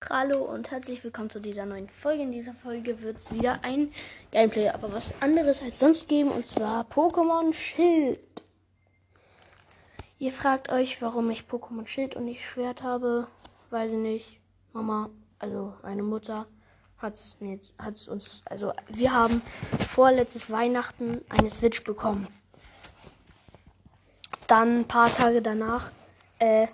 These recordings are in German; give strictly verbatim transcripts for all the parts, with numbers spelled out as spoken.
Hallo und herzlich willkommen zu dieser neuen Folge. In dieser Folge wird es wieder ein Gameplay, aber was anderes als sonst geben, und zwar Pokémon Schild. Ihr fragt euch, warum ich Pokémon Schild und nicht Schwert habe. Weiß ich nicht. Mama, also meine Mutter, hat es uns, also wir haben vorletztes Weihnachten eine Switch bekommen. Dann ein paar Tage danach äh,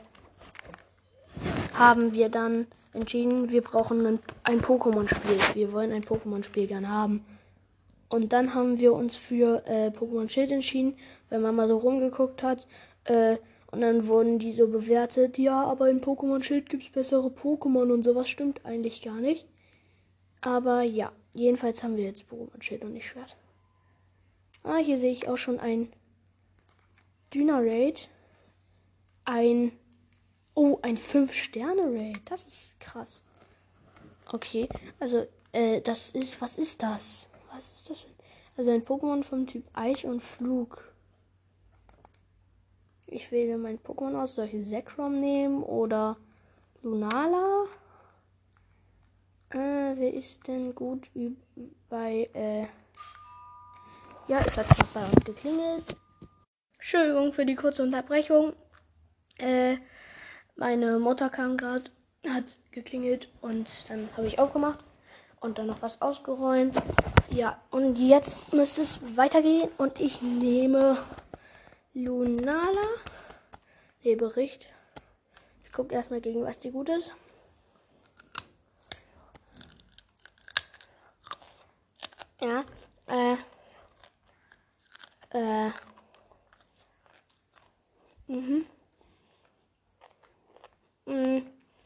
haben wir dann entschieden, wir brauchen ein, ein Pokémon-Spiel. Wir wollen ein Pokémon-Spiel gerne haben. Und dann haben wir uns für äh, Pokémon Schild entschieden, weil Mama so rumgeguckt hat. Äh, und dann wurden die so bewertet. Ja, aber in Pokémon Schild gibt es bessere Pokémon und sowas stimmt eigentlich gar nicht. Aber ja, jedenfalls haben wir jetzt Pokémon Schild und nicht Schwert. Ah, hier sehe ich auch schon ein Dynaraid. Ein... Oh, ein fünf Sterne Raid. Das ist krass. Okay, also, äh, das ist, was ist das? Was ist das? Also ein Pokémon vom Typ Eis und Flug. Ich wähle mein Pokémon aus. Soll ich Zekrom nehmen oder Lunala? Äh, wer ist denn gut bei, äh... Ja, es hat gerade bei uns geklingelt. Entschuldigung für die kurze Unterbrechung. Äh, meine Mutter kam gerade, hat geklingelt und dann habe ich aufgemacht und dann noch was ausgeräumt. Ja, und jetzt müsste es weitergehen und ich nehme Lunala. Nee, Bericht. Ich gucke erstmal, gegen was die gut ist. Ja, äh, äh, mhm. Mhm.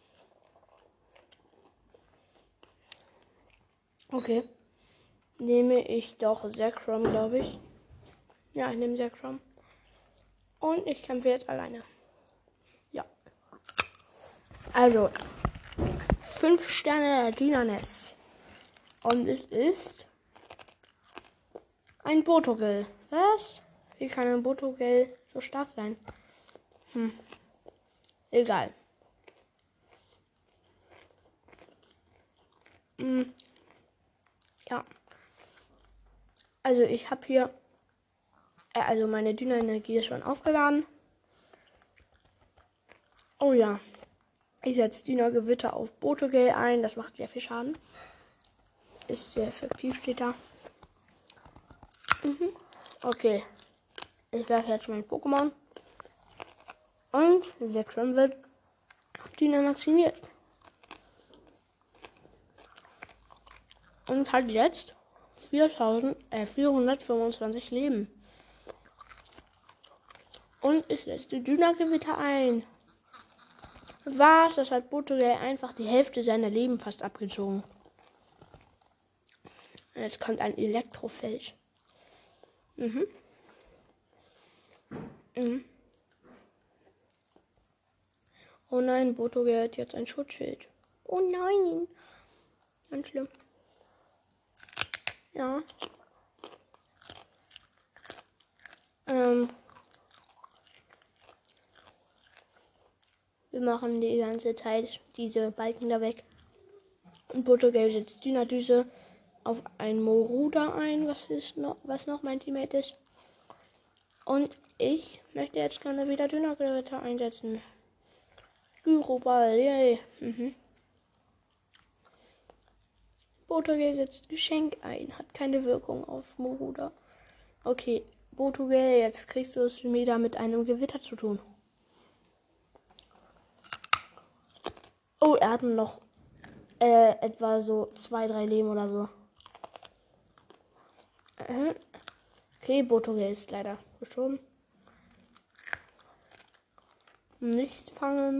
Okay. Nehme ich doch Zekrom, glaube ich. Ja, ich nehme Zekrom. Und ich kämpfe jetzt alleine. Ja. Also, fünf Sterne Dynanes. Und es ist ein Botogel. Was? Wie kann ein Botogel so stark sein? Hm. Egal. Hm. Ja. Also ich habe hier, äh, also meine Dyna-Energie ist schon aufgeladen. Oh ja. Ich setze Dyna-Gewitter auf Botogel ein. Das macht sehr viel Schaden. Ist sehr effektiv, steht da. Mhm. Okay. Ich werfe jetzt mein Pokémon. Und Zekrom wird Dyna maximiert. Und hat jetzt viertausend, äh, vierhundertfünfundzwanzig Leben. Und ich setze Dyna-Gewitter ein. Was? Das hat Botogel einfach die Hälfte seiner Leben fast abgezogen. Jetzt kommt ein Elektrofeld. Mhm. Mhm. Oh nein, Botogel hat jetzt ein Schutzschild. Oh nein. Ganz schlimm. Ja. Ähm. Wir machen die ganze Zeit diese Balken da weg. Und Botogel setzt Dynadüse auf ein Moruda ein, was ist noch, was noch mein Teammate ist. Und ich möchte jetzt gerne wieder Dynagritter einsetzen. Gyroball, yay. Mhm. Botogel setzt Geschenk ein, hat keine Wirkung auf Moruda. Okay, Botogel, jetzt kriegst du es wieder mit einem Gewitter zu tun. Oh, er hat noch äh, etwa so zwei, drei Leben oder so. Mhm. Okay, Botogel ist leider gestorben. Nicht fangen.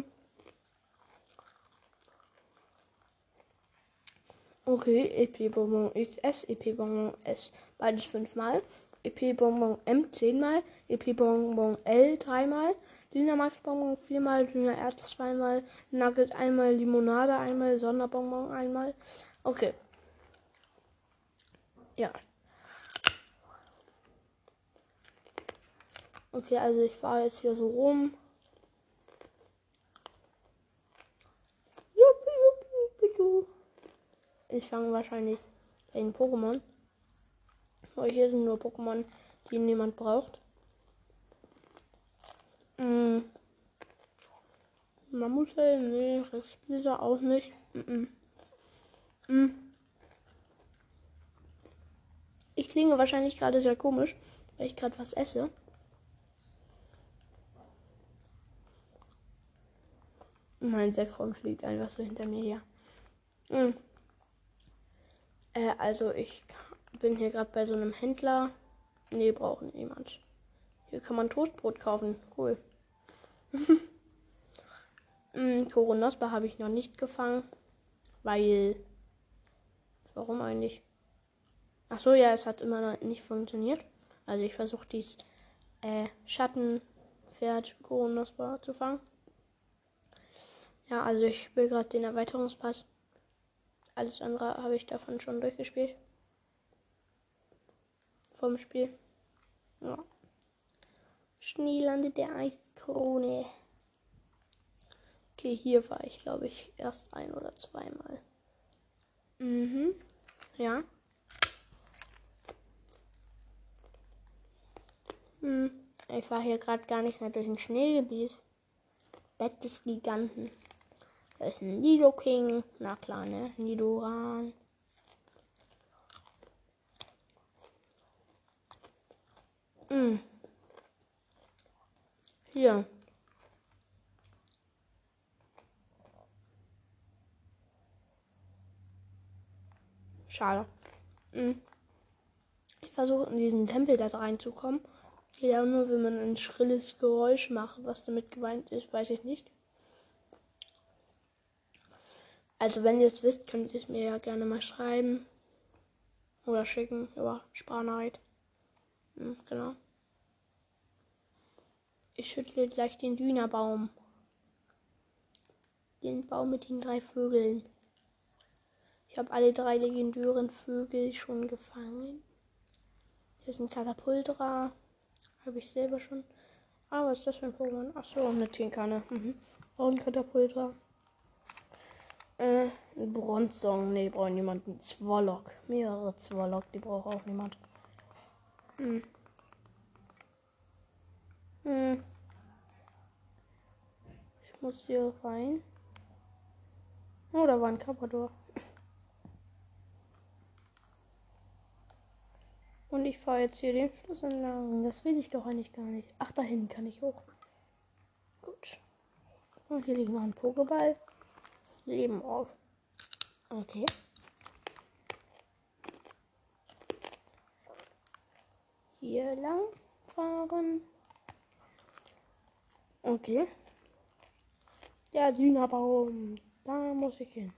Okay, E P-Bonbon X S, E P-Bonbon S, beides fünfmal. E P-Bonbon M zehnmal. E P-Bonbon L dreimal. Dynamax-Bonbon viermal. Dyna-Erz zweimal. Nugget einmal. Limonade einmal. Sonderbonbon einmal. Okay. Ja. Okay, also ich fahre jetzt hier so rum. ich fange wahrscheinlich ein Pokémon. Aber hier sind nur Pokémon, die niemand braucht. Mm. Mammuthelm, nee, Rexsplitter auch nicht. Mm -mm. Mm. Ich klinge wahrscheinlich gerade sehr komisch, weil ich gerade was esse. Mein Sekron fliegt einfach so hinter mir her. Mm. Äh, also ich bin hier gerade bei so einem Händler. Nee, braucht niemand. Hier kann man Toastbrot kaufen. Cool. mm, Koronospa habe ich noch nicht gefangen. Weil... Warum eigentlich? Ach so, ja, es hat immer noch nicht funktioniert. Also ich versuche dies äh, Schattenpferd Koronospa zu fangen. Ja, also ich spiele gerade den Erweiterungspass. Alles andere habe ich davon schon durchgespielt. Vom Spiel. Ja. Schneelande der Eiskrone. Okay, hier war ich, glaube ich, erst ein oder zweimal. Mhm. Ja. Hm. Ich war hier gerade gar nicht mehr durch ein Schneegebiet. Bett des Giganten. Da ist ein Nidoking. Na klar, ne? Nidoran. Hm. Hier. Schade. Hm. Ich versuche in diesen Tempel da reinzukommen. Geht ja nur, wenn man ein schrilles Geräusch macht. Was damit gemeint ist, weiß ich nicht. Also wenn ihr es wisst, könnt ihr es mir ja gerne mal schreiben. Oder schicken über Sprachnachricht. Hm, genau. Ich schüttle gleich den Dünerbaum. Den Baum mit den drei Vögeln. Ich habe alle drei legendären Vögel schon gefangen. Hier ist ein Katapultra. Habe ich selber schon. Ah, was ist das für ein Pokémon? Achso, eine Tinkanne. Mhm. Auch ein Katapultra. Äh, ein Bronzong. Nee, braucht niemand. Ein Zwolok. Mehrere Zwolok. Die braucht auch niemand. Hm. Hm. Ich muss hier rein. Oh, da war ein Carpador. Und ich fahre jetzt hier den Fluss entlang. Das will ich doch eigentlich gar nicht. Ach, da hinten kann ich hoch. Gut. Und hier liegt noch ein Pokéball. Leben auf. Okay. Hier lang fahren. Okay. Der Dünerbaum. Da muss ich hin.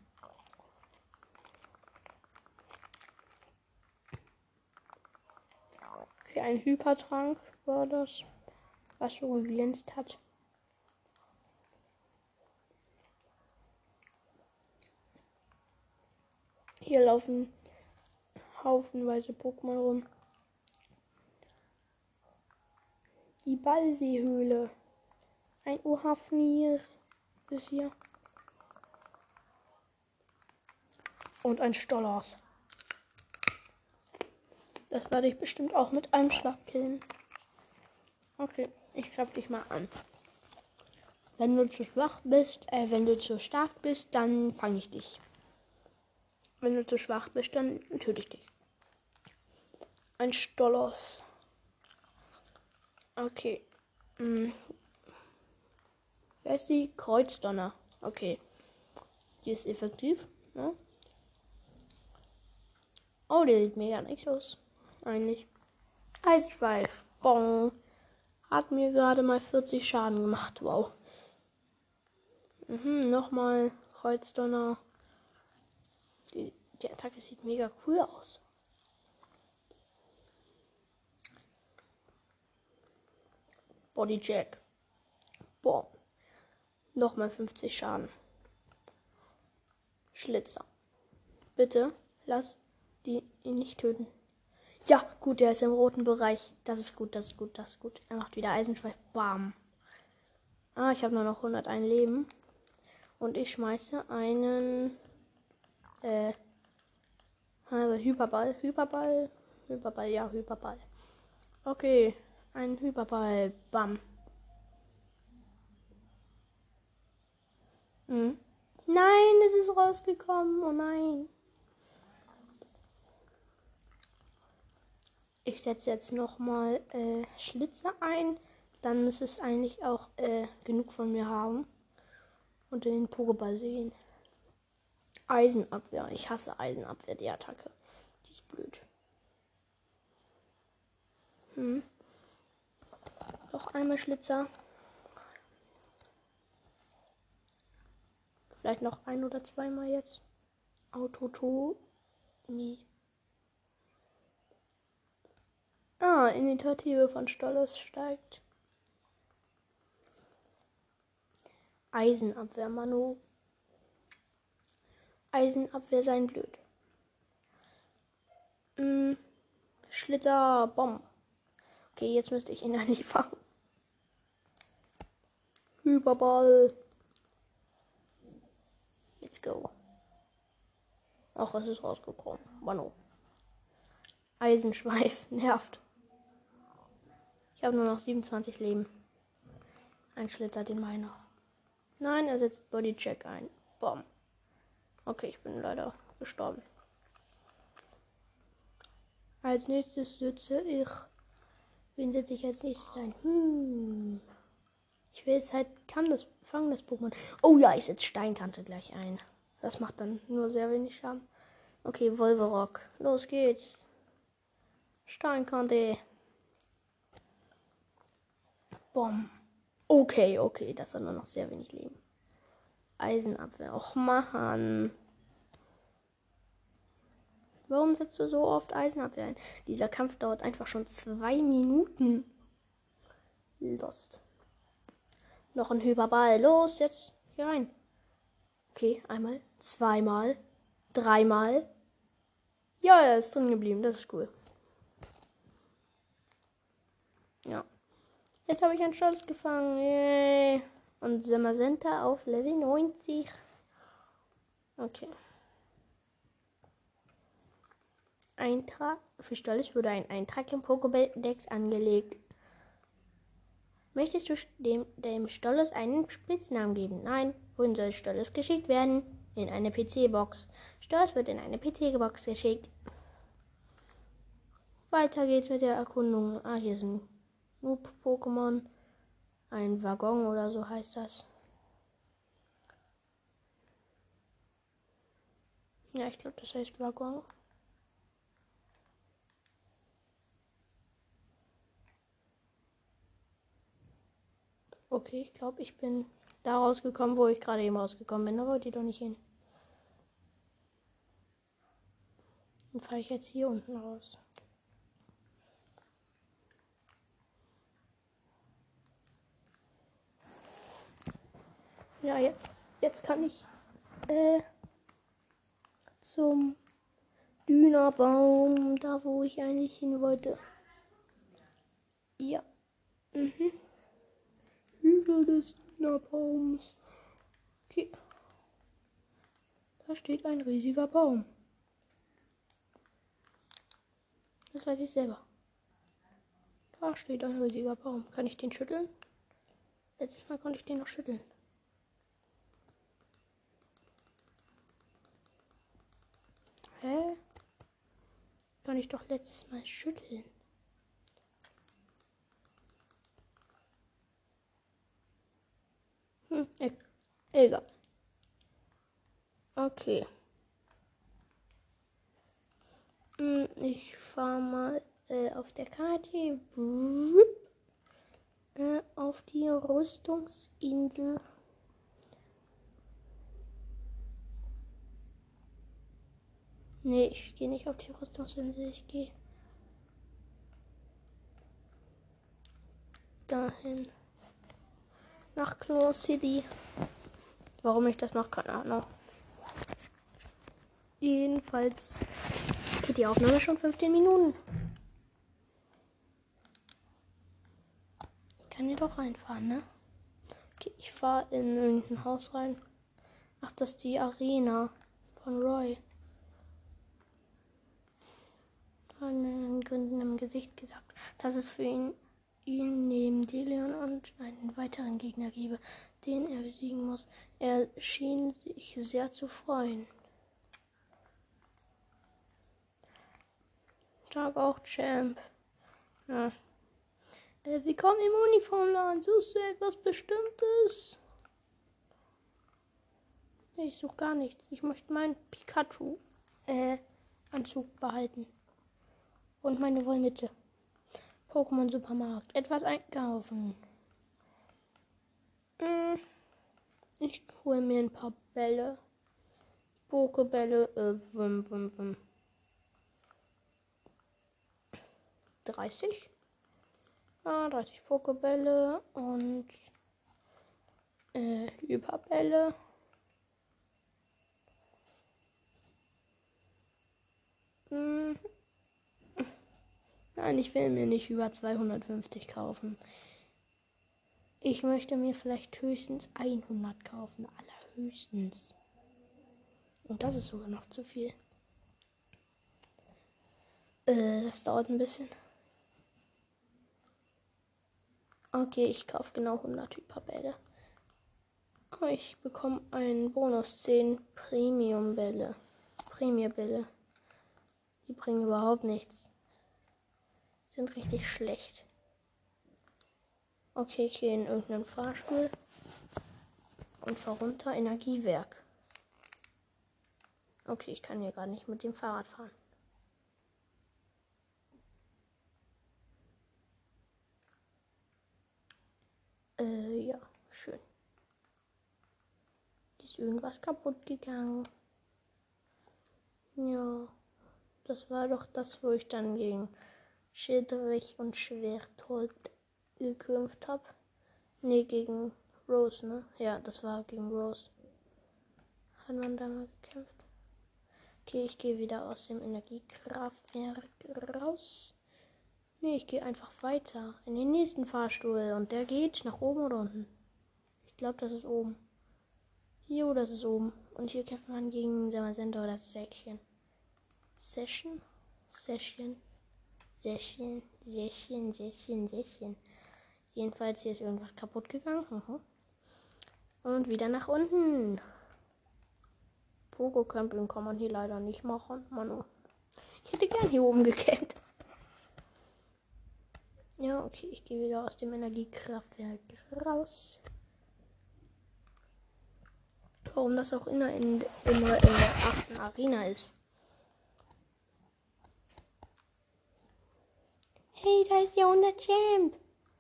Okay, ein Hypertrank war das, was so geglänzt hat. Hier laufen haufenweise Pokémon rum. Die Ballseehöhle. Ein Ohafnir ist hier. Und ein Stollers. Das werde ich bestimmt auch mit einem Schlag killen. Okay, ich greife dich mal an. Wenn du zu schwach bist, äh, wenn du zu stark bist, dann fange ich dich. Wenn du zu schwach bist, dann töte ich dich. Ein Stollers. Okay. Hm. Wer ist die? Kreuzdonner. Okay. Die ist effektiv. Ne? Oh, der sieht mega nice aus. Eigentlich. Eisschweif. Bong. Hat mir gerade mal vierzig Schaden gemacht. Wow. Mhm, nochmal Kreuzdonner. Die, die Attacke sieht mega cool aus. Bodyjack. Boah. Nochmal fünfzig Schaden. Schlitzer. Bitte lass die ihn nicht töten. Ja, gut, der ist im roten Bereich. Das ist gut, das ist gut, das ist gut. Er macht wieder Eisenschweif. Bam. Ah, ich habe nur noch hunderteins Leben. Und ich schmeiße einen äh, Hyperball. Hyperball. Hyperball, ja, Hyperball. Okay, ein Hyperball. Bam. Hm. Nein, es ist rausgekommen. Oh nein. Ich setze jetzt nochmal äh, Schlitzer ein. Dann müsste es eigentlich auch äh, genug von mir haben. Und in den Pokéball sehen. Eisenabwehr. Ich hasse Eisenabwehr, die Attacke. Die ist blöd. Hm. Noch einmal Schlitzer. Vielleicht noch ein oder zweimal jetzt. Autoto. Nee. Ah, Initiative von Stolles steigt. Eisenabwehr, Manu. Eisenabwehr sein blöd. Hm. Schlitzer, Bomb. Okay, jetzt müsste ich ihn eigentlich fangen. Hyperball. Let's go. Ach, es ist rausgekommen. Manu. Eisenschweif. Nervt. Ich habe nur noch siebenundzwanzig Leben. Ein Schlitzer, den mache ich noch. Nein, er setzt Bodycheck ein. Bom. Okay, ich bin leider gestorben. Als nächstes sitze ich. Wen setze ich als nächstes ein? Hm. Ich will jetzt halt kann das fangen, das Pokémon. Oh ja, ich setze Steinkante gleich ein. Das macht dann nur sehr wenig Schaden. Okay, Volverock. Los geht's. Steinkante. Bom. Okay, okay, das hat nur noch sehr wenig Leben. Eisenabwehr. Och, Mann. Warum setzt du so oft Eisenabwehr ein? Dieser Kampf dauert einfach schon zwei Minuten. Lost. Noch ein Hyperball. Los, jetzt hier rein. Okay, einmal, zweimal, dreimal. Ja, er ist drin geblieben. Das ist cool. Ja. Jetzt habe ich einen Stolz gefangen. Yay. Und Samazenta auf Level neunzig. Okay. Eintrag. Für Stolz wurde ein Eintrag im Pokédex angelegt. Möchtest du dem, dem Stolles einen Spitznamen geben? Nein. Wohin soll Stolles geschickt werden? In eine P C-Box. Stolles wird in eine P C-Box geschickt. Weiter geht's mit der Erkundung. Ah, hier sind Noob-Pokémon. Ein Waggon oder so heißt das. Ja, ich glaube, das heißt Waggon. Okay, ich glaube, ich bin da rausgekommen, wo ich gerade eben rausgekommen bin. Da wollte ich doch nicht hin. Dann fahre ich jetzt hier unten raus. Ja, jetzt, jetzt kann ich äh, zum Dünnerbaum, da wo ich eigentlich hin wollte. Ja. Mhm. Hügel des Dünnerbaums. Okay. Da steht ein riesiger Baum. Das weiß ich selber. Da steht ein riesiger Baum. Kann ich den schütteln? Letztes Mal konnte ich den noch schütteln. Hä? Kann ich doch letztes Mal schütteln. Hm, e egal. Okay. Hm, ich fahre mal äh, auf der Karte äh, auf die Rüstungsinsel. Nee, ich gehe nicht auf die Rüstungsinsel. Ich gehe dahin. Nach Claw City. Warum ich das mache, keine Ahnung. Jedenfalls geht die Aufnahme schon fünfzehn Minuten. Ich kann hier doch reinfahren, ne? Okay, ich fahre in irgendein Haus rein. Ach, das ist die Arena von Roy. einen Gründen im Gesicht gesagt, dass es für ihn, ihn neben Delion und einen weiteren Gegner gebe, den er besiegen muss. Er schien sich sehr zu freuen. Tag auch, Champ. Ja. Äh, willkommen im Uniformladen. Suchst du etwas Bestimmtes? Ich suche gar nichts. Ich möchte meinen Pikachu äh, Anzug behalten. Und meine Wollmütze. Pokémon Supermarkt. Etwas einkaufen. Hm, ich hole mir ein paar Bälle. Pokebälle. Äh, wum, wum, wum. dreißig. Ah, dreißig Pokebälle und äh, Hyperbälle. Hm. Nein, ich will mir nicht über zweihundertfünfzig kaufen. Ich möchte mir vielleicht höchstens hundert kaufen. Allerhöchstens. Und das ist sogar noch zu viel. Äh, das dauert ein bisschen. Okay, ich kaufe genau hundert Hyperbälle. Ich bekomme einen Bonus zehn Premium-Bälle. Premium-Bälle. Die bringen überhaupt nichts. Sind richtig schlecht. Okay, ich gehe in irgendeinen Fahrstuhl und fahre runter. Energiewerk. Okay, ich kann hier gerade nicht mit dem Fahrrad fahren. Äh, ja, schön. Ist irgendwas kaputt gegangen? Ja, das war doch das, wo ich dann gegen Schildrich und Schwerthold gekämpft habe. Ne, gegen Rose, ne? Ja, das war gegen Rose. Hat man da mal gekämpft? Okay, ich gehe wieder aus dem Energiekraftwerk raus. Ne, ich gehe einfach weiter in den nächsten Fahrstuhl. Und der geht nach oben oder unten? Ich glaube, das ist oben. Jo, das ist oben. Und hier kämpft man gegen Samazenta oder Säckchen. Session? Session. Session. Session. Session. Session. Jedenfalls hier ist irgendwas kaputt gegangen. Mhm. Und wieder nach unten. Pogo-Camping kann man hier leider nicht machen. Manu. Ich hätte gern hier oben gecampt. Ja, okay, ich gehe wieder aus dem Energiekraftwerk raus. Warum das auch immer in, immer in der achten Arena ist. Hey, da ist ja unser Champ.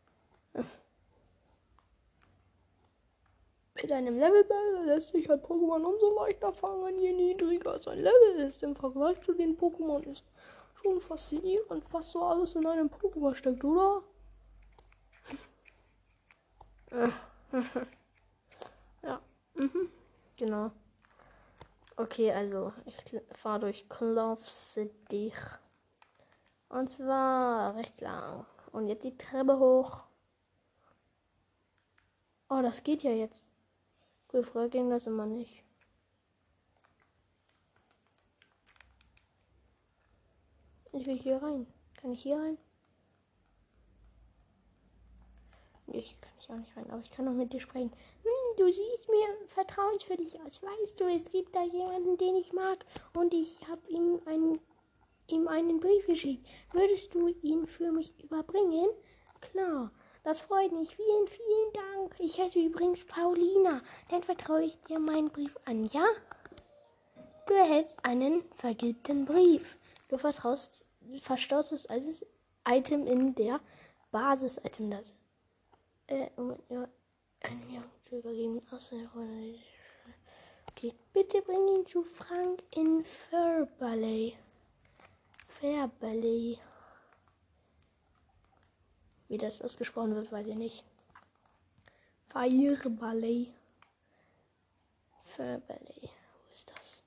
Mit einem Levelball lässt sich halt Pokémon umso leichter fangen, je niedriger sein Level ist. Im Vergleich zu den Pokémon ist schon faszinierend, was so alles in einem Pokémon steckt, oder? Ja, mhm. Genau. Okay, also ich fahre durch Klopfsdich. Und zwar recht lang. Und jetzt die Treppe hoch. Oh, das geht ja jetzt. Cool, früher ging das immer nicht. Ich will hier rein. Kann ich hier rein? Nee, ich kann ich auch nicht rein, aber ich kann noch mit dir sprechen. Hm, du siehst mir vertrauenswürdig aus. Weißt du, es gibt da jemanden, den ich mag. Und ich habe ihm einen, ihm einen Brief geschickt. Würdest du ihn für mich überbringen? Klar. Das freut mich. Vielen, vielen Dank. Ich heiße übrigens Paulina. Dann vertraue ich dir meinen Brief an, ja? Du erhältst einen vergilbten Brief. Du vertraust, verstaust es als Item in der Basis-Item. Das äh, um ja, einen Jahr zu übergeben. Okay, bitte bring ihn zu Frank in Fairballet. Fairballet. Wie das ausgesprochen wird, weiß ich nicht. Fairballet. Fairballet. Wo ist das?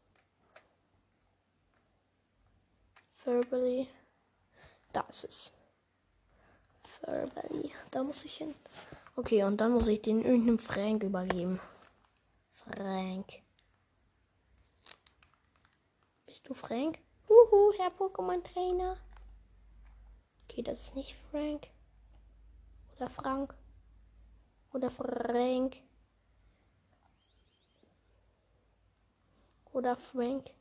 Fairballet. Da ist es. Fairballet. Da muss ich hin. Okay, und dann muss ich den irgendeinem Frank übergeben. Frank. Bist du Frank? Huhu, Herr Pokémon-Trainer. Okay, das ist nicht Frank. Oder Frank. Oder Frank. Oder Frank.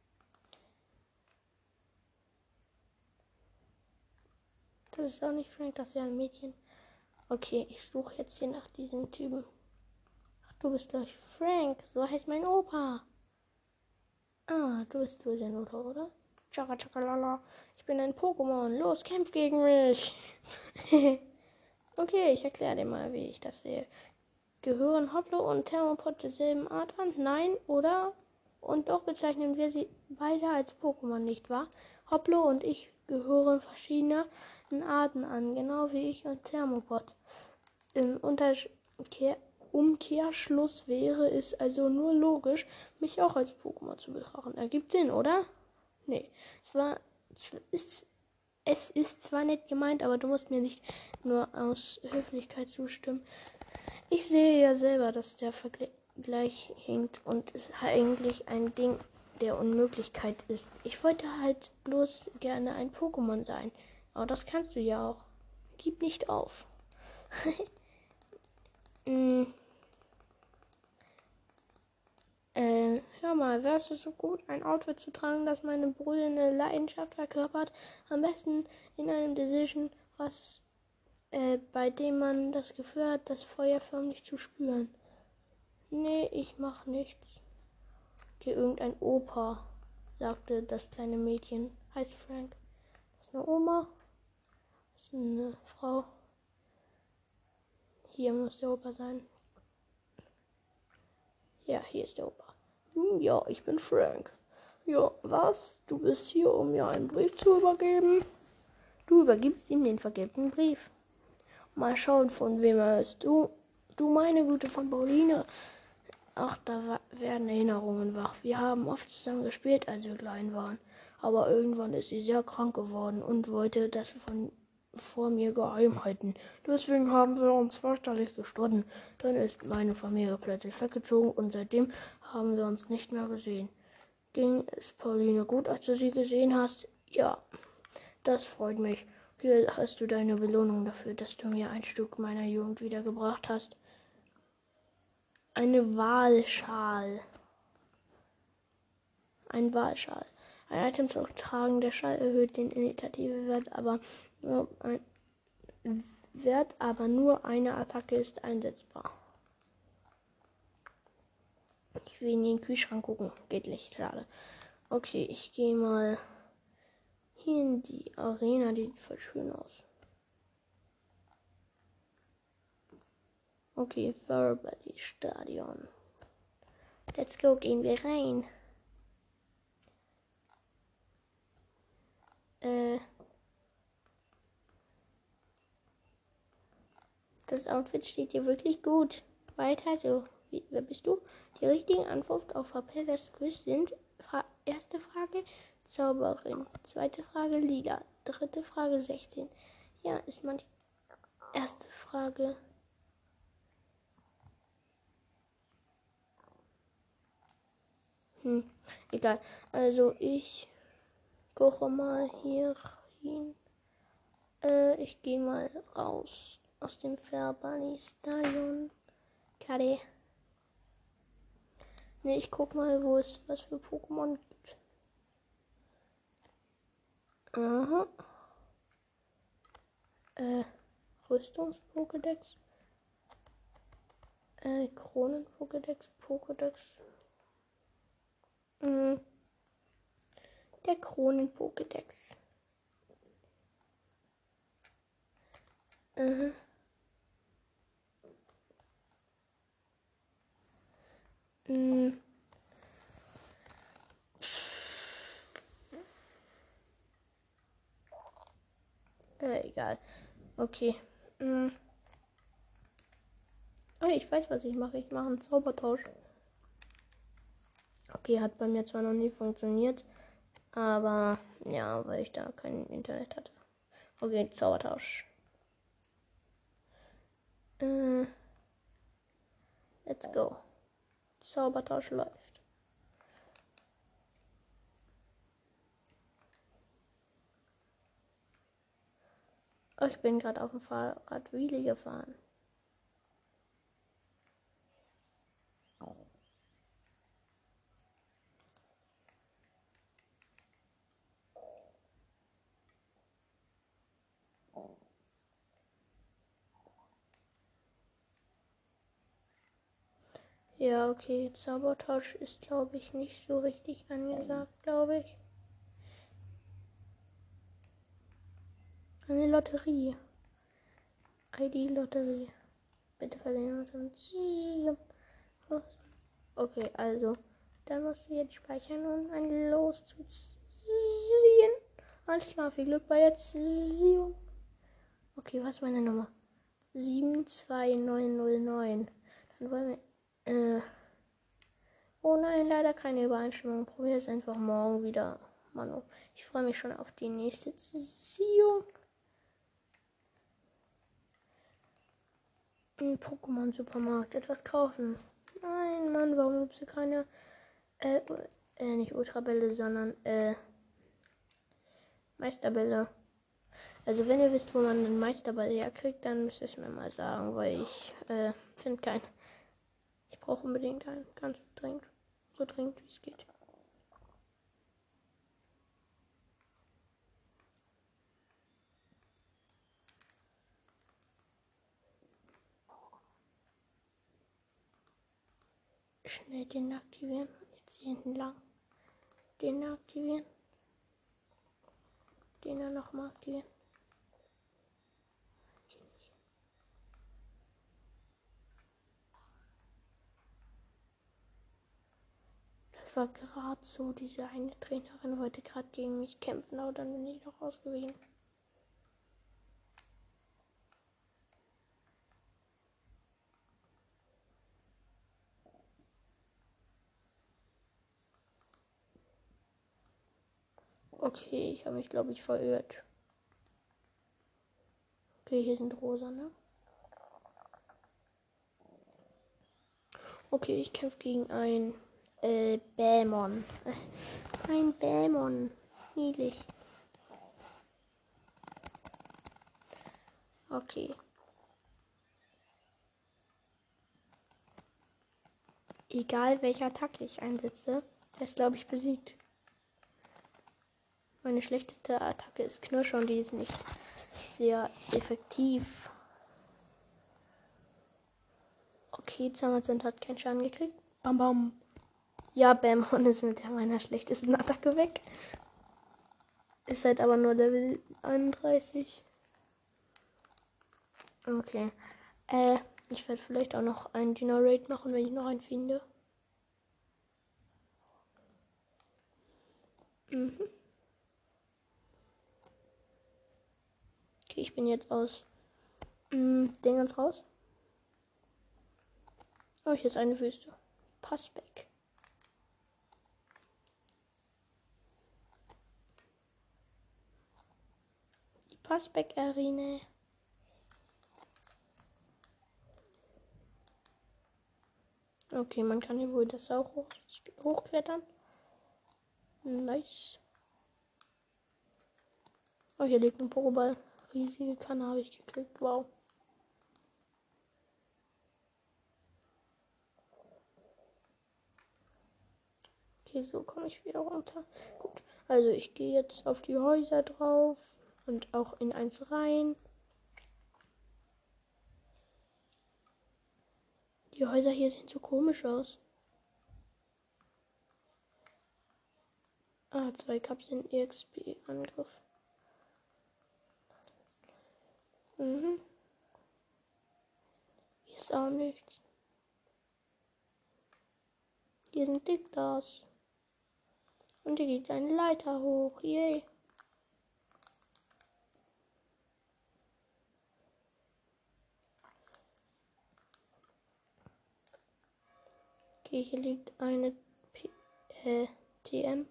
Das ist auch nicht Frank, das ist ja ein Mädchen. Okay, ich suche jetzt hier nach diesem Typen. Ach, du bist doch Frank. So heißt mein Opa. Ah, du bist wohl sein Opa, oder? Chaka chaka lala. Ich bin ein Pokémon. Los, kämpf gegen mich. Okay, ich erkläre dir mal, wie ich das sehe. Gehören Hoplo und Thermopod derselben Art an? Nein, oder? Und doch bezeichnen wir sie beide als Pokémon, nicht wahr? Hoplo und ich gehören verschiedenen Arten an, genau wie ich und Thermopod. Im Unterkehr Umkehrschluss wäre es also nur logisch, mich auch als Pokémon zu betrachten. Ergibt Sinn, oder? Nee, es war, es ist, es ist zwar nett gemeint, aber du musst mir nicht nur aus Höflichkeit zustimmen. Ich sehe ja selber, dass der Vergleich hinkt und es eigentlich ein Ding der Unmöglichkeit ist. Ich wollte halt bloß gerne ein Pokémon sein. Aber das kannst du ja auch. Gib nicht auf. mm. äh, hör mal, wärst du so gut, ein Outfit zu tragen, das meine brüllende Leidenschaft verkörpert? Am besten in einem Decision, was äh, bei dem man das Gefühl hat, das Feuer förmlich zu spüren. Nee, ich mach nichts. Okay, irgendein Opa, sagte das kleine Mädchen. Heißt Frank. Das ist eine Oma. Das ist eine Frau. Hier muss der Opa sein. Ja, hier ist der Opa. Hm, ja, ich bin Frank. Ja, was? Du bist hier, um mir einen Brief zu übergeben? Du übergibst ihm den vergilbten Brief. Mal schauen, von wem er ist. Du, du meine Güte, von Pauline. Ach, da werden Erinnerungen wach. Wir haben oft zusammen gespielt, als wir klein waren. Aber irgendwann ist sie sehr krank geworden und wollte das von vor mir geheim halten. Deswegen haben wir uns fürchterlich gestritten. Dann ist meine Familie plötzlich weggezogen und seitdem haben wir uns nicht mehr gesehen. Ging es Pauline gut, als du sie gesehen hast? Ja, das freut mich. Hier hast du deine Belohnung dafür, dass du mir ein Stück meiner Jugend wiedergebracht hast. Eine Walschal. Ein Walschal. Ein Item zu tragen, der Schal erhöht den initiative Wert, aber nur ein Wert, aber nur eine Attacke ist einsetzbar. Ich will in den Kühlschrank gucken. Geht nicht, schade. Okay, ich gehe mal hier in die Arena, die sieht voll schön aus. Okay, Furrbody Stadion. Let's go, gehen wir rein. Äh. Das Outfit steht dir wirklich gut. Weiter so. Wie, wer bist du? Die richtigen Antworten auf Rappellers Quiz sind: Fra- erste Frage Zauberin, zweite Frage Lila, dritte Frage sechzehn. Ja, ist manch erste Frage. Hm, egal. Also ich koche mal hier hin. Äh, ich gehe mal raus aus dem Furrbody Stadion. Kade. Ne, ich guck mal, wo es was für Pokémon gibt. Aha. Äh, Rüstungs-Pokédex. Äh, Kronen-Pokédex. Pokédex. Mhm. Der Kronen-Pokédex. Mhm. Mhm. Äh, egal. Okay. Mhm. Oh, ich weiß, was ich mache. Ich mache einen Zaubertausch. Okay, hat bei mir zwar noch nie funktioniert, aber ja, weil ich da kein Internet hatte. Okay, Zaubertausch. Äh, let's go. Zaubertausch läuft. Oh, ich bin gerade auf dem Fahrrad Wheelie gefahren. Ja, okay, Zaubertausch ist, glaube ich, nicht so richtig angesagt, glaube ich. Eine Lotterie. I D-Lotterie. Bitte verlängern. Okay, also, dann musst du jetzt speichern, um ein Los zu ziehen. Alles klar, viel Glück bei der Ziehung. Okay, was ist meine Nummer? sieben zwei neun null neun. Dann wollen wir, äh, oh nein, leider keine Übereinstimmung. Probier es einfach morgen wieder. Manu, ich freue mich schon auf die nächste Ziehung. Im Pokémon-Supermarkt etwas kaufen. Nein, Mann, warum gibt es keine, äh, äh, nicht Ultrabälle, sondern, äh, Meisterbälle. Also wenn ihr wisst, wo man einen Meisterball herkriegt, dann müsst ihr es mir mal sagen, weil ich, äh, finde keinen. Ich brauche unbedingt einen, ganz dringend, so dringend wie es geht. Schnell den aktivieren. Jetzt hier hinten lang. Den aktivieren. Den dann nochmal aktivieren. Das war gerade so, diese eine Trainerin wollte gerade gegen mich kämpfen, aber dann bin ich noch ausgewichen. Okay, ich habe mich, glaube ich, verirrt. Okay, hier sind rosa, ne? Okay, ich kämpfe gegen ein äh, Bämon. Ein Bämon. Niedlich. Okay. Egal welche Attacke ich einsetze, der ist, glaube ich, besiegt. Meine schlechteste Attacke ist Knirscher und die ist nicht sehr effektiv. Okay, Zamazent hat keinen Schaden gekriegt. Bam, bam. Ja, Bämon ist mit meiner schlechtesten Attacke weg. Ist halt aber nur Level einunddreißig. Okay. Äh, ich werde vielleicht auch noch einen Dino-Raid machen, wenn ich noch einen finde. Mhm. Okay, ich bin jetzt aus mh, Dingens raus. Oh, hier ist eine Wüste. Passback. Die Passback-Arena. Okay, man kann hier wohl das auch hoch, hochklettern. Nice. Oh, hier liegt ein Pokéball. Riesige Kanne habe ich gekriegt. Wow. Okay, so komme ich wieder runter. Gut. Also ich gehe jetzt auf die Häuser drauf und auch in eins rein. Die Häuser hier sehen so komisch aus. Ah, zwei Kapseln E X P-Angriff. Mhm. Hier ist auch nichts. Hier sind Diktas. Und hier geht eine Leiter hoch. Yay. Okay, hier liegt eine P äh, T M.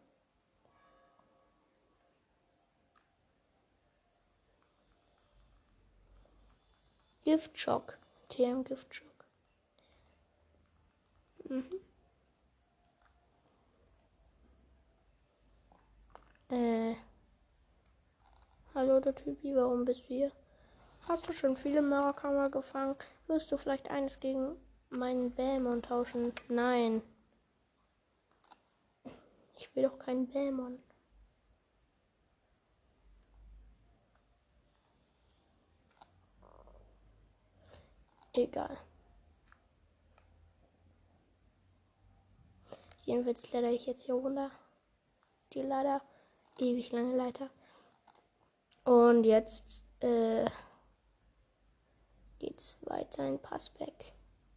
Giftschock. T M Giftschock. Mhm. Äh. Hallo, der Typi, warum bist du hier? Hast du schon viele Marakammer gefangen? Wirst du vielleicht eines gegen meinen Bämon tauschen? Nein. Ich will doch keinen Bämon. Egal. Jedenfalls kletter ich jetzt hier runter. Die leider ewig lange Leiter. Und jetzt äh, geht's weiter in Passback.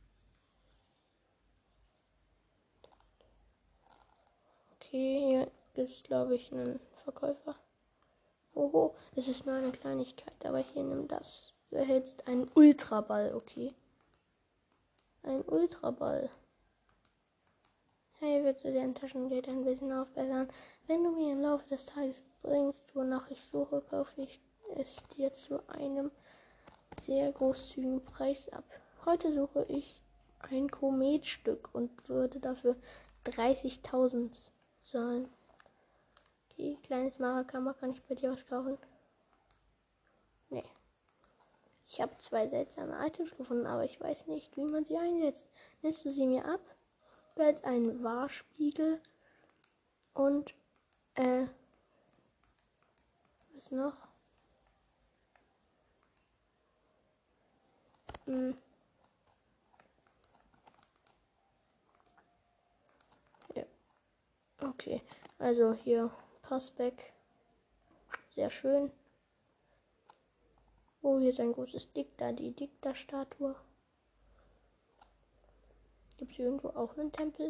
Okay, hier gibt es, glaube ich, einen Verkäufer. Oho, es ist nur eine Kleinigkeit, aber hier nimm das. Du erhältst einen Ultraball, okay. Ein Ultraball. Hey, willst du dein Taschengeld ein bisschen aufbessern? Wenn du mir im Laufe des Tages bringst, wonach ich suche, kaufe ich es dir zu einem sehr großzügigen Preis ab. Heute suche ich ein Kometstück und würde dafür dreißigtausend zahlen. Okay, kleines Marakammer, kann ich bei dir was kaufen? Nee. Ich habe zwei seltsame Items gefunden, aber ich weiß nicht, wie man sie einsetzt. Nimmst du sie mir ab? Als einen Wahrspiegel und äh was noch? Hm. Ja. Okay, also hier Passback. Sehr schön. Oh, hier ist ein großes Dicta, die Dicta-Statue. Gibt es irgendwo auch einen Tempel?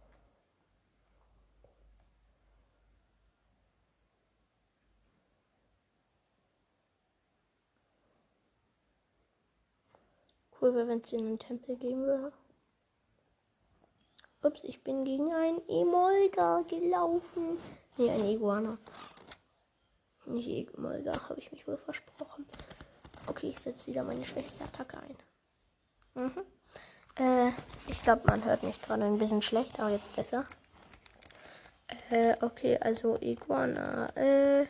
Cool wäre, wenn es hier einen Tempel geben würde. Ups, ich bin gegen einen Emolga gelaufen. Nee, ein Iguana. Nicht Emolga, habe ich mich wohl versprochen. Okay, ich setze wieder meine Schwester-Attacke ein. Mhm. Äh, ich glaube, man hört mich gerade ein bisschen schlecht, aber jetzt besser. Äh, okay, also Iguana. Äh,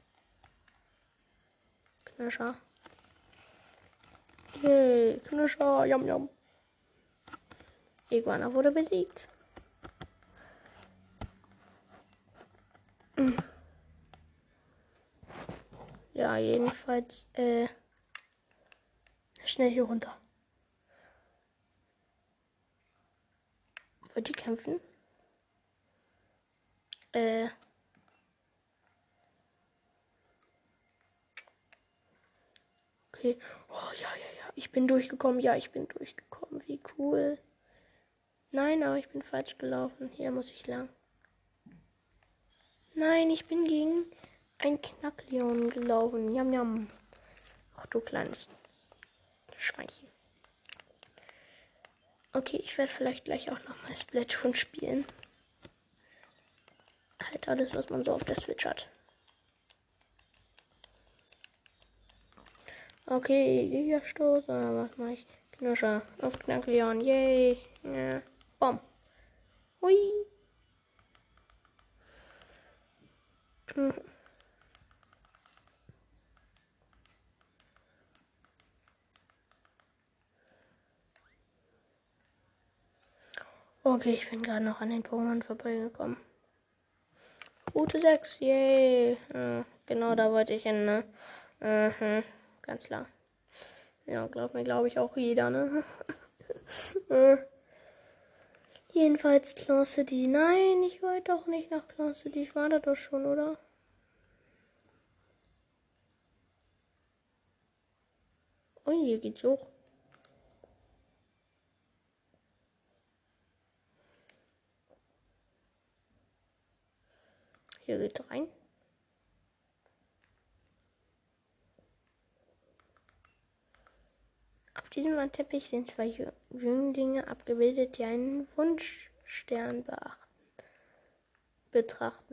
Knuscher. Yay, Knuscher, yum yum. Iguana wurde besiegt. Mhm. Ja, jedenfalls, äh, schnell hier runter. Wollt ihr kämpfen? Äh. Okay. Oh, ja, ja, ja. Ich bin durchgekommen. Ja, ich bin durchgekommen. Wie cool. Nein, aber ich bin falsch gelaufen. Hier muss ich lang. Nein, ich bin gegen ein Knackleon gelaufen. Jam, jam. Ach du kleines Schweinchen. Okay, ich werde vielleicht gleich auch nochmal Splatoon spielen. Halt alles, was man so auf der Switch hat. Okay, Gigastoß. Was mache ich? Knuscher. Auf Knackleon. Yay. Ja. Bom. Hui. Hm. Okay, ich bin gerade noch an den Pokémon vorbeigekommen. Route sechs, yay. Ja, genau, da wollte ich hin, ne? Mhm, ganz klar. Ja, glaubt mir, glaube ich, auch jeder, ne? Jedenfalls Clan City. Nein, ich wollte doch nicht nach Clan City. Ich war da doch schon, oder? Oh, hier geht's hoch. Hier geht's rein. Auf diesem Wandteppich sind zwei Jünglinge abgebildet, die einen Wunschstern beachten, betrachten.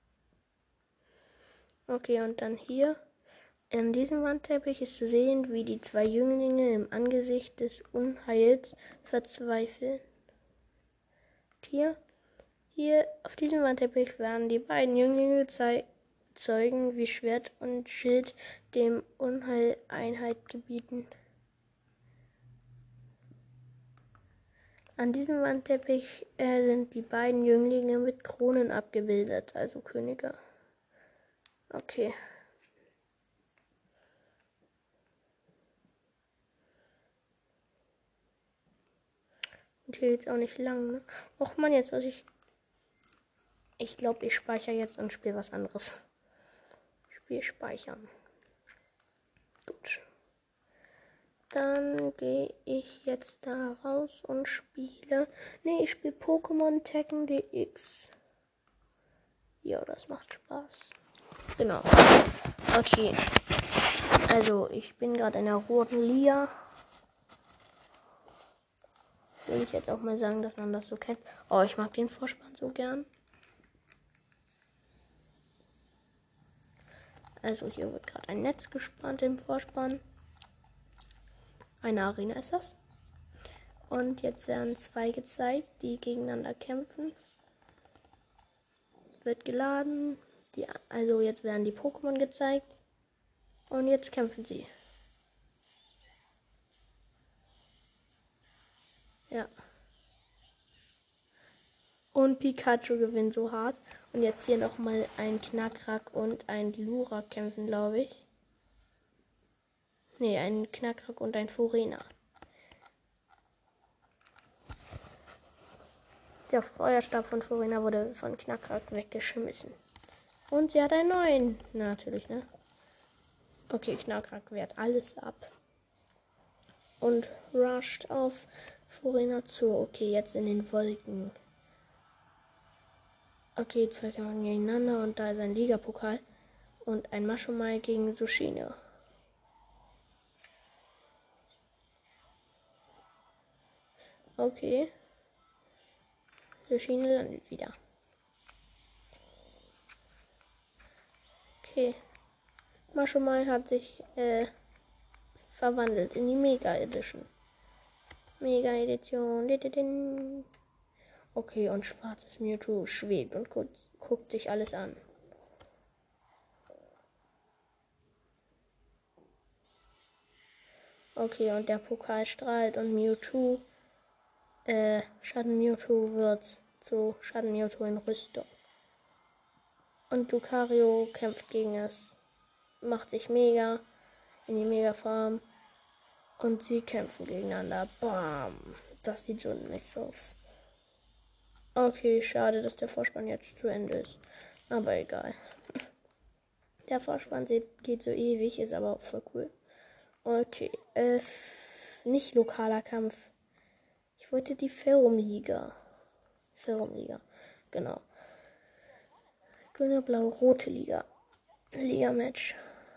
Okay, und dann hier. In diesem Wandteppich ist zu sehen, wie die zwei Jünglinge im Angesicht des Unheils verzweifeln. Hier, hier auf diesem Wandteppich werden die beiden Jünglinge zei- zeugen, wie Schwert und Schild dem Unheil Einheit gebieten. An diesem Wandteppich äh, sind die beiden Jünglinge mit Kronen abgebildet, also Könige. Okay. Und hier geht's auch nicht lang, ne? Och man, jetzt muss ich... Ich glaube, ich speichere jetzt und spiele was anderes. Spiel speichern. Gut. Dann gehe ich jetzt da raus und spiele... Ne, ich spiele Pokémon Tekken D X. Ja, das macht Spaß. Genau. Okay. Also, ich bin gerade in der roten Liga. Will ich jetzt auch mal sagen, dass man das so kennt. Oh, ich mag den Vorspann so gern. Also, hier wird gerade ein Netz gespannt im Vorspann. Eine Arena ist das. Und jetzt werden zwei gezeigt, die gegeneinander kämpfen. Wird geladen. Die, also jetzt werden die Pokémon gezeigt. Und jetzt kämpfen sie. Ja. Und Pikachu gewinnt so hart. Und jetzt hier nochmal ein Knackrack und ein Lura kämpfen, glaube ich. Ne, ein Knackrack und ein Furena. Der Feuerstab von Furena wurde von Knackrack weggeschmissen. Und sie hat einen neuen. Natürlich, ne? Okay, Knackrack wehrt alles ab. Und rusht auf Furena zu. Okay, jetzt in den Wolken. Okay, zwei kämpfen gegeneinander und da ist ein Ligapokal. Und ein Maschomai gegen Sushine. Okay. Sushine landet wieder. Okay. Maschomai hat sich äh, verwandelt in die Mega Edition. Mega Edition. Okay, und schwarzes Mewtwo schwebt und guckt, guckt sich alles an. Okay, und der Pokal strahlt und Mewtwo, äh, Schatten Mewtwo wird zu Schatten Mewtwo in Rüstung. Und Lucario kämpft gegen es, macht sich mega in die Mega-Form und sie kämpfen gegeneinander. Bam! Das sieht so nicht aus. Okay, schade, dass der Vorspann jetzt zu Ende ist. Aber egal. Der Vorspann geht so ewig, ist aber auch voll cool. Okay, äh, nicht lokaler Kampf. Ich wollte die Ferrum-Liga. Ferrum-Liga, genau. Grüne, blaue, rote Liga. Liga-Match.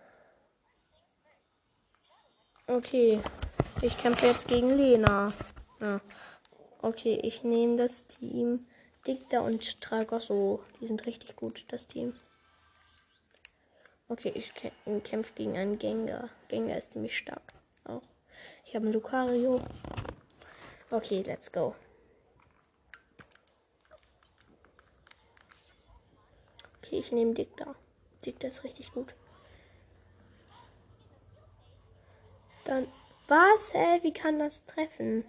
Okay, ich kämpfe jetzt gegen Lena. Ja. Okay, ich nehme das Team Dicta und Tragosso. Die sind richtig gut, das Team. Okay, ich kämpfe gegen einen Gengar. Gengar ist ziemlich stark. Auch. Ich habe einen Lucario. Okay, let's go. Okay, ich nehme Dicta. Dicta ist richtig gut. Dann. Was? Hä? Wie kann das treffen?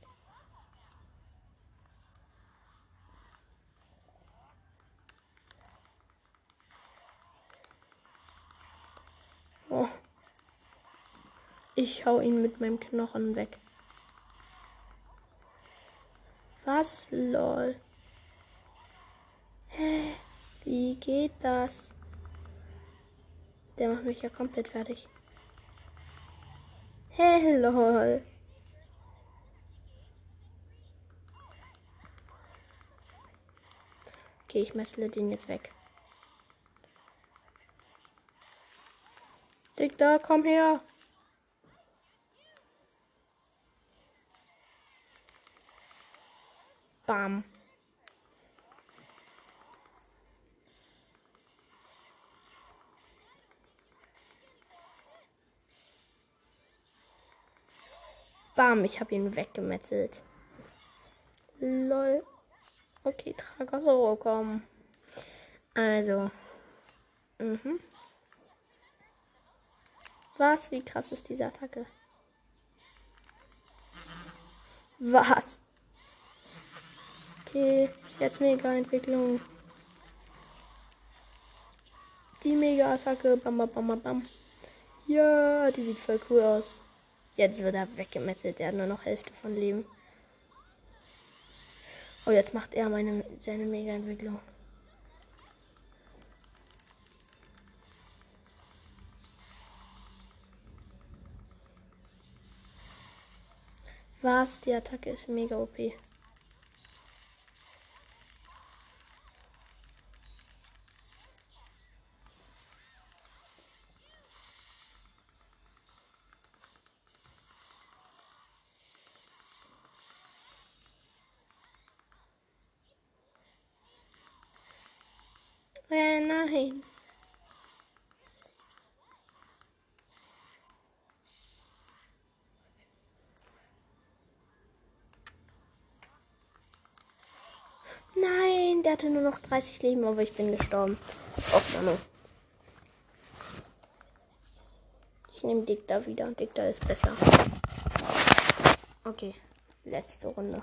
Oh. Ich hau ihn mit meinem Knochen weg. Was? Lol. Hä? Wie geht das? Der macht mich ja komplett fertig. Hä? Hey, lol. Okay, ich messle den jetzt weg. Dick, da, komm her. Bam. Bam, ich habe ihn weggemetzelt. Lol. Okay, Tragosso, komm. Also. Mhm. Was? Wie krass ist diese Attacke? Was? Okay, jetzt Mega-Entwicklung. Die Mega-Attacke. Bam, bam, bam, bam. Ja, die sieht voll cool aus. Jetzt wird er weggemetzelt. Der hat nur noch Hälfte von Leben. Oh, jetzt macht er meine, seine Mega-Entwicklung. Was? Die Attacke ist mega O P. Äh, nein. Nein, der hatte nur noch dreißig Leben, aber ich bin gestorben. Och, Manu. Ich nehme Dicta wieder. Dicta ist besser. Okay, letzte Runde.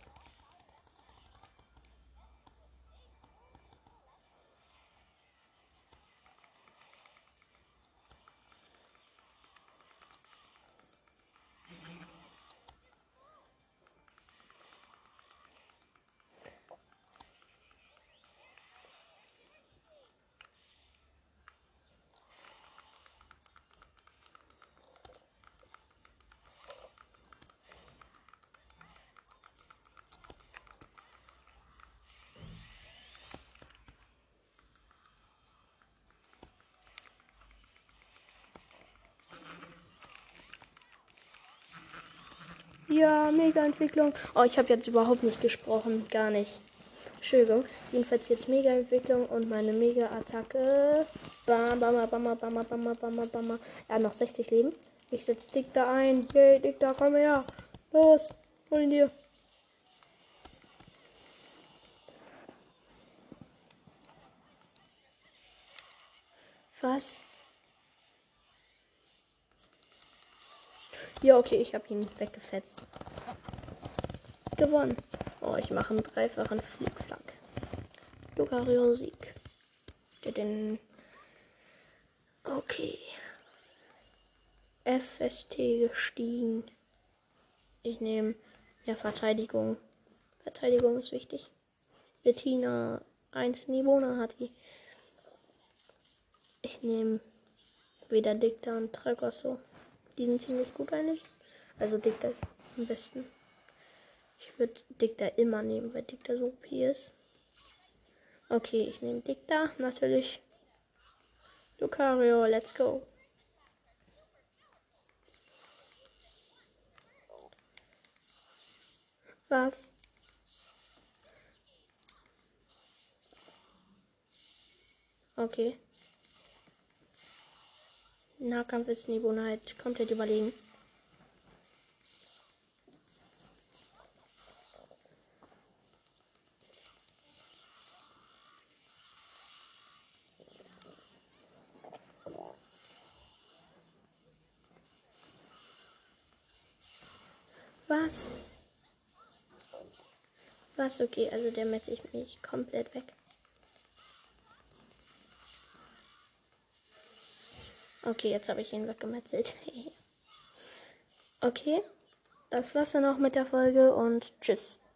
Ja, Mega-Entwicklung. Oh, ich habe jetzt überhaupt nicht gesprochen. Gar nicht. Entschuldigung. Jedenfalls jetzt Mega-Entwicklung und meine Mega-Attacke. Bam, bam, bam, bam, bam, bam, bam, bam. Er hat noch sechzig Leben. Ich setze Dicta ein. Yay, Dicta, komm her. Los, hol ihn dir. Was? Ja, okay, ich habe ihn weggefetzt. Gewonnen. Oh, ich mache einen dreifachen Flickflack. Lucario Sieg. Okay. F S T gestiegen. Ich nehme ja Verteidigung. Verteidigung ist wichtig. Bettina eins Nibona hat die. Ich nehme wieder Dicta und Tragosso. Die sind ziemlich gut eigentlich. Also Dicta ist am besten. Ich würde Dicta immer nehmen, weil Dicta so O P ist. Okay, ich nehme Dicta natürlich. Lucario, let's go. Was? Okay. Nahkampf ist Nibona halt komplett überlegen. Was? Was? Okay, also der metze ich mich komplett weg. Okay, jetzt habe ich ihn weggemetzelt. Okay, das war's dann auch mit der Folge und tschüss.